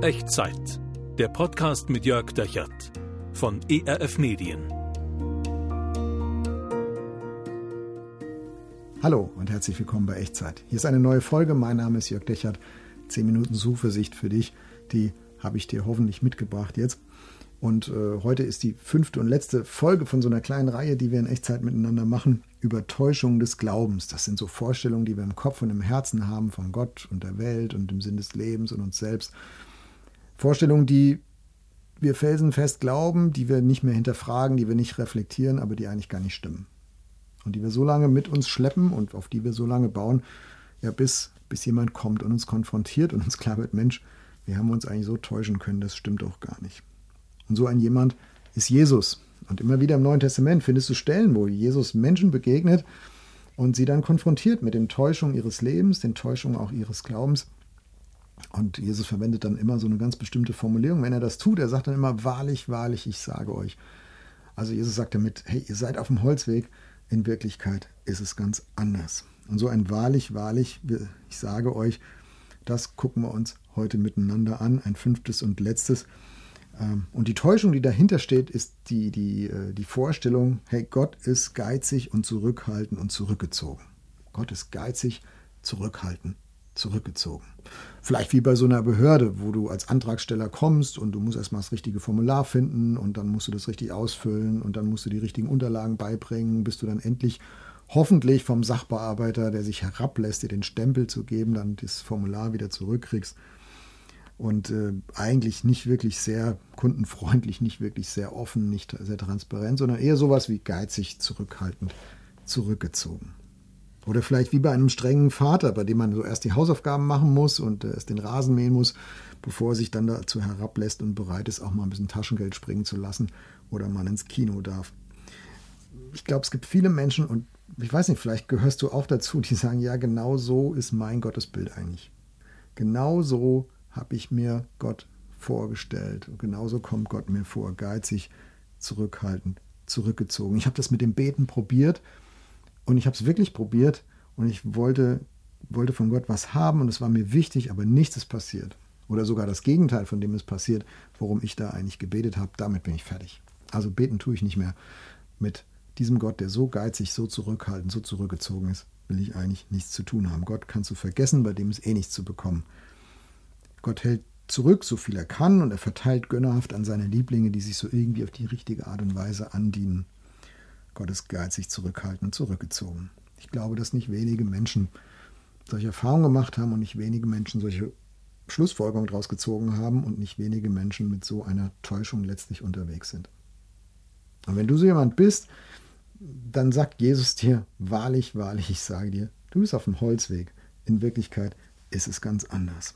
Echtzeit. Der Podcast mit Jörg Dechert von ERF Medien. Hallo und herzlich willkommen bei Echtzeit. Hier ist eine neue Folge. Mein Name ist Jörg Dechert. 10 Minuten Zuversicht für dich. Die habe ich dir hoffentlich mitgebracht jetzt. Und heute ist die 5. und letzte Folge von so einer kleinen Reihe, die wir in Echtzeit miteinander machen, über Täuschung des Glaubens. Das sind so Vorstellungen, die wir im Kopf und im Herzen haben von Gott und der Welt und dem Sinn des Lebens und uns selbst. Vorstellungen, die wir felsenfest glauben, die wir nicht mehr hinterfragen, die wir nicht reflektieren, aber die eigentlich gar nicht stimmen. Und die wir so lange mit uns schleppen und auf die wir so lange bauen, ja, bis jemand kommt und uns konfrontiert und uns klar wird, Mensch, wir haben uns eigentlich so täuschen können, das stimmt doch gar nicht. Und so ein jemand ist Jesus. Und immer wieder im Neuen Testament findest du Stellen, wo Jesus Menschen begegnet und sie dann konfrontiert mit den Täuschungen ihres Lebens, den Täuschungen auch ihres Glaubens. Und Jesus verwendet dann immer so eine ganz bestimmte Formulierung. Wenn er das tut, er sagt dann immer, wahrlich, wahrlich, ich sage euch. Also Jesus sagt damit, hey, ihr seid auf dem Holzweg. In Wirklichkeit ist es ganz anders. Und so ein wahrlich, wahrlich, ich sage euch, das gucken wir uns heute miteinander an. Ein 5. und letztes. Und die Täuschung, die dahinter steht, ist die Vorstellung, hey, Gott ist geizig und zurückhaltend und zurückgezogen. Gott ist geizig, zurückhaltend, zurückgezogen. Vielleicht wie bei so einer Behörde, wo du als Antragsteller kommst und du musst erstmal das richtige Formular finden und dann musst du das richtig ausfüllen und dann musst du die richtigen Unterlagen beibringen, bis du dann endlich hoffentlich vom Sachbearbeiter, der sich herablässt, dir den Stempel zu geben, dann das Formular wieder zurückkriegst. Und eigentlich nicht wirklich sehr kundenfreundlich, nicht wirklich sehr offen, nicht sehr transparent, sondern eher sowas wie geizig, zurückhaltend, zurückgezogen. Oder vielleicht wie bei einem strengen Vater, bei dem man so erst die Hausaufgaben machen muss und erst den Rasen mähen muss, bevor er sich dann dazu herablässt und bereit ist, auch mal ein bisschen Taschengeld springen zu lassen oder man ins Kino darf. Ich glaube, es gibt viele Menschen und ich weiß nicht, vielleicht gehörst du auch dazu, die sagen, ja, genau so ist mein Gottesbild eigentlich. Genau so habe ich mir Gott vorgestellt. Und genauso kommt Gott mir vor, geizig, zurückhaltend, zurückgezogen. Ich habe das mit dem Beten probiert und ich habe es wirklich probiert und ich wollte von Gott was haben und es war mir wichtig, aber nichts ist passiert. Oder sogar das Gegenteil von dem ist passiert, worum ich da eigentlich gebetet habe. Damit bin ich fertig. Also beten tue ich nicht mehr. Mit diesem Gott, der so geizig, so zurückhaltend, so zurückgezogen ist, will ich eigentlich nichts zu tun haben. Gott kannst du vergessen, bei dem ist nichts zu bekommen. Gott hält zurück, so viel er kann, und er verteilt gönnerhaft an seine Lieblinge, die sich so irgendwie auf die richtige Art und Weise andienen. Gott ist geizig, zurückhaltend und zurückgezogen. Ich glaube, dass nicht wenige Menschen solche Erfahrungen gemacht haben und nicht wenige Menschen solche Schlussfolgerungen daraus gezogen haben und nicht wenige Menschen mit so einer Täuschung letztlich unterwegs sind. Und wenn du so jemand bist, dann sagt Jesus dir, wahrlich, wahrlich, ich sage dir, du bist auf dem Holzweg. In Wirklichkeit ist es ganz anders.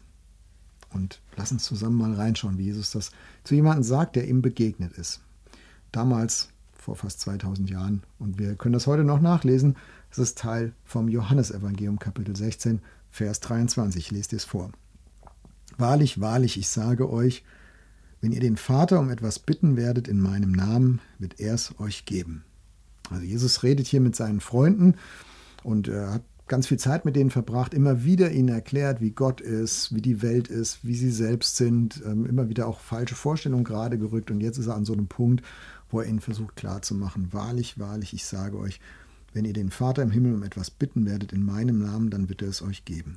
Und lass uns zusammen mal reinschauen, wie Jesus das zu jemandem sagt, der ihm begegnet ist. Damals, vor fast 2000 Jahren. Und wir können das heute noch nachlesen. Es ist Teil vom Johannesevangelium, Kapitel 16, Vers 23. Ich lese dir es vor. Wahrlich, wahrlich, ich sage euch, wenn ihr den Vater um etwas bitten werdet in meinem Namen, wird er es euch geben. Also Jesus redet hier mit seinen Freunden und er hat ganz viel Zeit mit denen verbracht, immer wieder ihnen erklärt, wie Gott ist, wie die Welt ist, wie sie selbst sind, immer wieder auch falsche Vorstellungen gerade gerückt und jetzt ist er an so einem Punkt, wo er ihnen versucht klarzumachen, wahrlich, wahrlich, ich sage euch, wenn ihr den Vater im Himmel um etwas bitten werdet in meinem Namen, dann wird er es euch geben.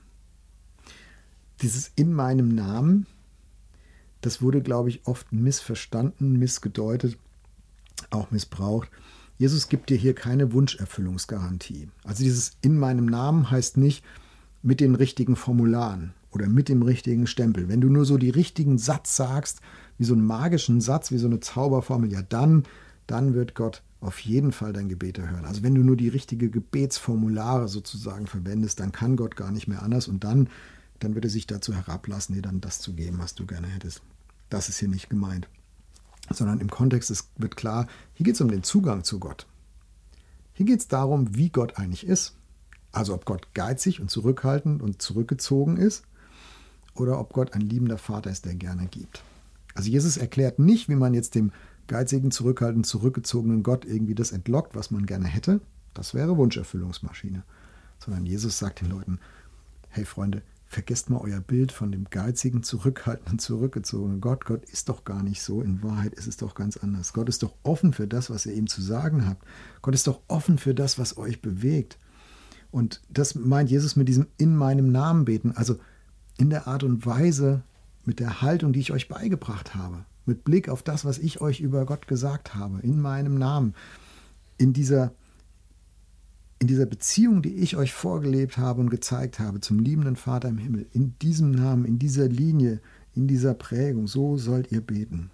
Dieses in meinem Namen, das wurde, glaube ich, oft missverstanden, missgedeutet, auch missbraucht. Jesus gibt dir hier keine Wunscherfüllungsgarantie. Also dieses in meinem Namen heißt nicht mit den richtigen Formularen oder mit dem richtigen Stempel. Wenn du nur so die richtigen Satz sagst, wie so einen magischen Satz, wie so eine Zauberformel, ja dann wird Gott auf jeden Fall dein Gebet erhören. Also wenn du nur die richtige Gebetsformulare sozusagen verwendest, dann kann Gott gar nicht mehr anders und dann wird er sich dazu herablassen, dir dann das zu geben, was du gerne hättest. Das ist hier nicht gemeint. Sondern im Kontext wird klar, hier geht es um den Zugang zu Gott. Hier geht es darum, wie Gott eigentlich ist. Also ob Gott geizig und zurückhaltend und zurückgezogen ist oder ob Gott ein liebender Vater ist, der gerne gibt. Also Jesus erklärt nicht, wie man jetzt dem geizigen, zurückhaltend, zurückgezogenen Gott irgendwie das entlockt, was man gerne hätte. Das wäre Wunscherfüllungsmaschine. Sondern Jesus sagt den Leuten, hey Freunde, vergesst mal euer Bild von dem geizigen, zurückhaltenden, zurückgezogenen Gott. Gott ist doch gar nicht so. In Wahrheit ist es doch ganz anders. Gott ist doch offen für das, was ihr ihm zu sagen habt. Gott ist doch offen für das, was euch bewegt. Und das meint Jesus mit diesem in meinem Namen beten. Also in der Art und Weise, mit der Haltung, die ich euch beigebracht habe. Mit Blick auf das, was ich euch über Gott gesagt habe. In meinem Namen. In dieser Beziehung, die ich euch vorgelebt habe und gezeigt habe zum liebenden Vater im Himmel, in diesem Namen, in dieser Linie, in dieser Prägung, so sollt ihr beten.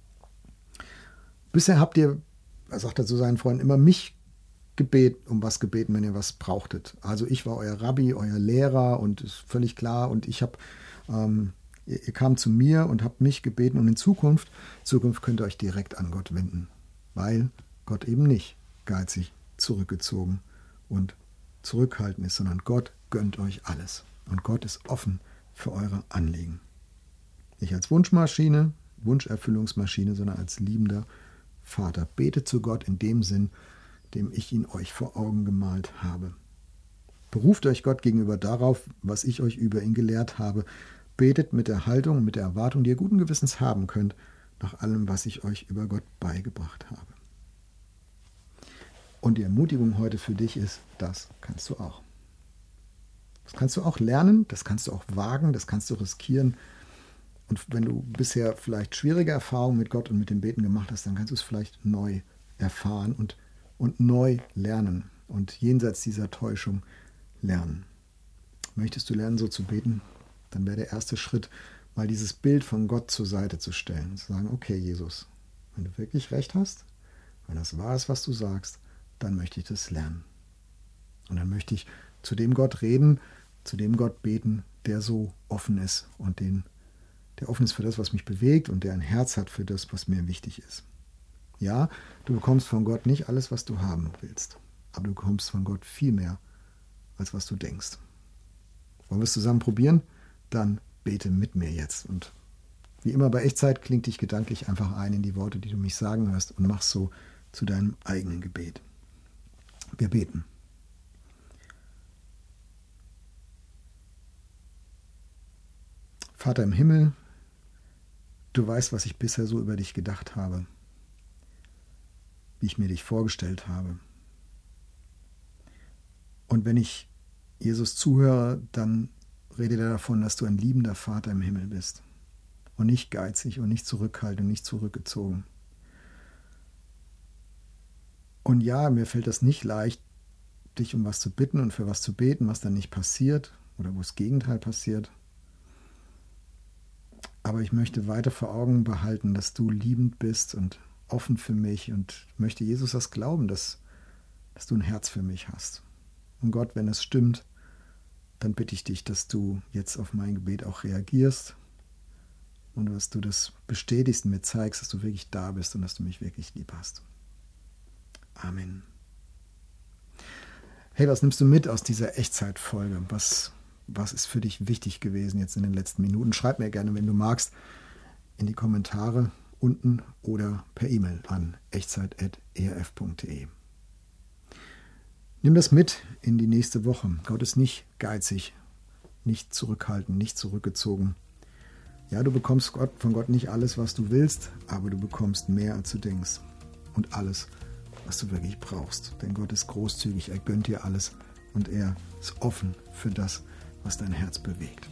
Bisher habt ihr, er sagt er zu seinen Freunden, immer mich um was gebeten, wenn ihr was brauchtet. Also ich war euer Rabbi, euer Lehrer und ist völlig klar und ihr kamt zu mir und habt mich gebeten und in Zukunft könnt ihr euch direkt an Gott wenden, weil Gott eben nicht geizig, zurückgezogen und zurückhaltend ist, sondern Gott gönnt euch alles. Und Gott ist offen für eure Anliegen. Nicht als Wunschmaschine, Wunscherfüllungsmaschine, sondern als liebender Vater. Betet zu Gott in dem Sinn, dem ich ihn euch vor Augen gemalt habe. Beruft euch Gott gegenüber darauf, was ich euch über ihn gelehrt habe. Betet mit der Haltung, mit der Erwartung, die ihr guten Gewissens haben könnt, nach allem, was ich euch über Gott beigebracht habe. Und die Ermutigung heute für dich ist, das kannst du auch. Das kannst du auch lernen, das kannst du auch wagen, das kannst du riskieren. Und wenn du bisher vielleicht schwierige Erfahrungen mit Gott und mit dem Beten gemacht hast, dann kannst du es vielleicht neu erfahren und neu lernen und jenseits dieser Täuschung lernen. Möchtest du lernen, so zu beten? Dann wäre der erste Schritt, mal dieses Bild von Gott zur Seite zu stellen. Zu sagen, okay, Jesus, wenn du wirklich recht hast, wenn das wahr ist, was du sagst, dann möchte ich das lernen. Und dann möchte ich zu dem Gott reden, zu dem Gott beten, der so offen ist und der offen ist für das, was mich bewegt und der ein Herz hat für das, was mir wichtig ist. Ja, du bekommst von Gott nicht alles, was du haben willst, aber du bekommst von Gott viel mehr, als was du denkst. Wollen wir es zusammen probieren? Dann bete mit mir jetzt. Und wie immer bei Echtzeit klingt dich gedanklich einfach ein in die Worte, die du mich sagen hörst und mach so zu deinem eigenen Gebet. Wir beten. Vater im Himmel, du weißt, was ich bisher so über dich gedacht habe, wie ich mir dich vorgestellt habe. Und wenn ich Jesus zuhöre, dann redet er davon, dass du ein liebender Vater im Himmel bist und nicht geizig und nicht zurückhaltend und nicht zurückgezogen. Und ja, mir fällt das nicht leicht, dich um was zu bitten und für was zu beten, was dann nicht passiert oder wo das Gegenteil passiert. Aber ich möchte weiter vor Augen behalten, dass du liebend bist und offen für mich und möchte Jesus das glauben, dass du ein Herz für mich hast. Und Gott, wenn es stimmt, dann bitte ich dich, dass du jetzt auf mein Gebet auch reagierst und dass du das bestätigst und mir zeigst, dass du wirklich da bist und dass du mich wirklich lieb hast. Amen. Hey, was nimmst du mit aus dieser Echtzeitfolge? Was ist für dich wichtig gewesen jetzt in den letzten Minuten? Schreib mir gerne, wenn du magst, in die Kommentare unten oder per E-Mail an echtzeit@erf.de. Nimm das mit in die nächste Woche. Gott ist nicht geizig, nicht zurückhaltend, nicht zurückgezogen. Ja, du bekommst von Gott nicht alles, was du willst, aber du bekommst mehr, als du denkst. Und alles, was du wirklich brauchst. Denn Gott ist großzügig, er gönnt dir alles und er ist offen für das, was dein Herz bewegt.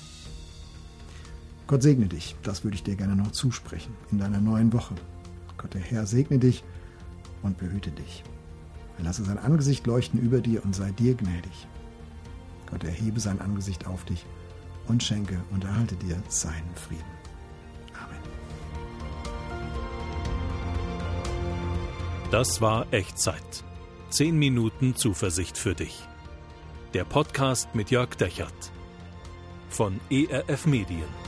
Gott segne dich, das würde ich dir gerne noch zusprechen in deiner neuen Woche. Gott, der Herr, segne dich und behüte dich. Er lasse sein Angesicht leuchten über dir und sei dir gnädig. Gott, erhebe sein Angesicht auf dich und schenke und erhalte dir seinen Frieden. Amen. Das war Echtzeit. 10 Minuten Zuversicht für dich. Der Podcast mit Jörg Dechert von ERF Medien.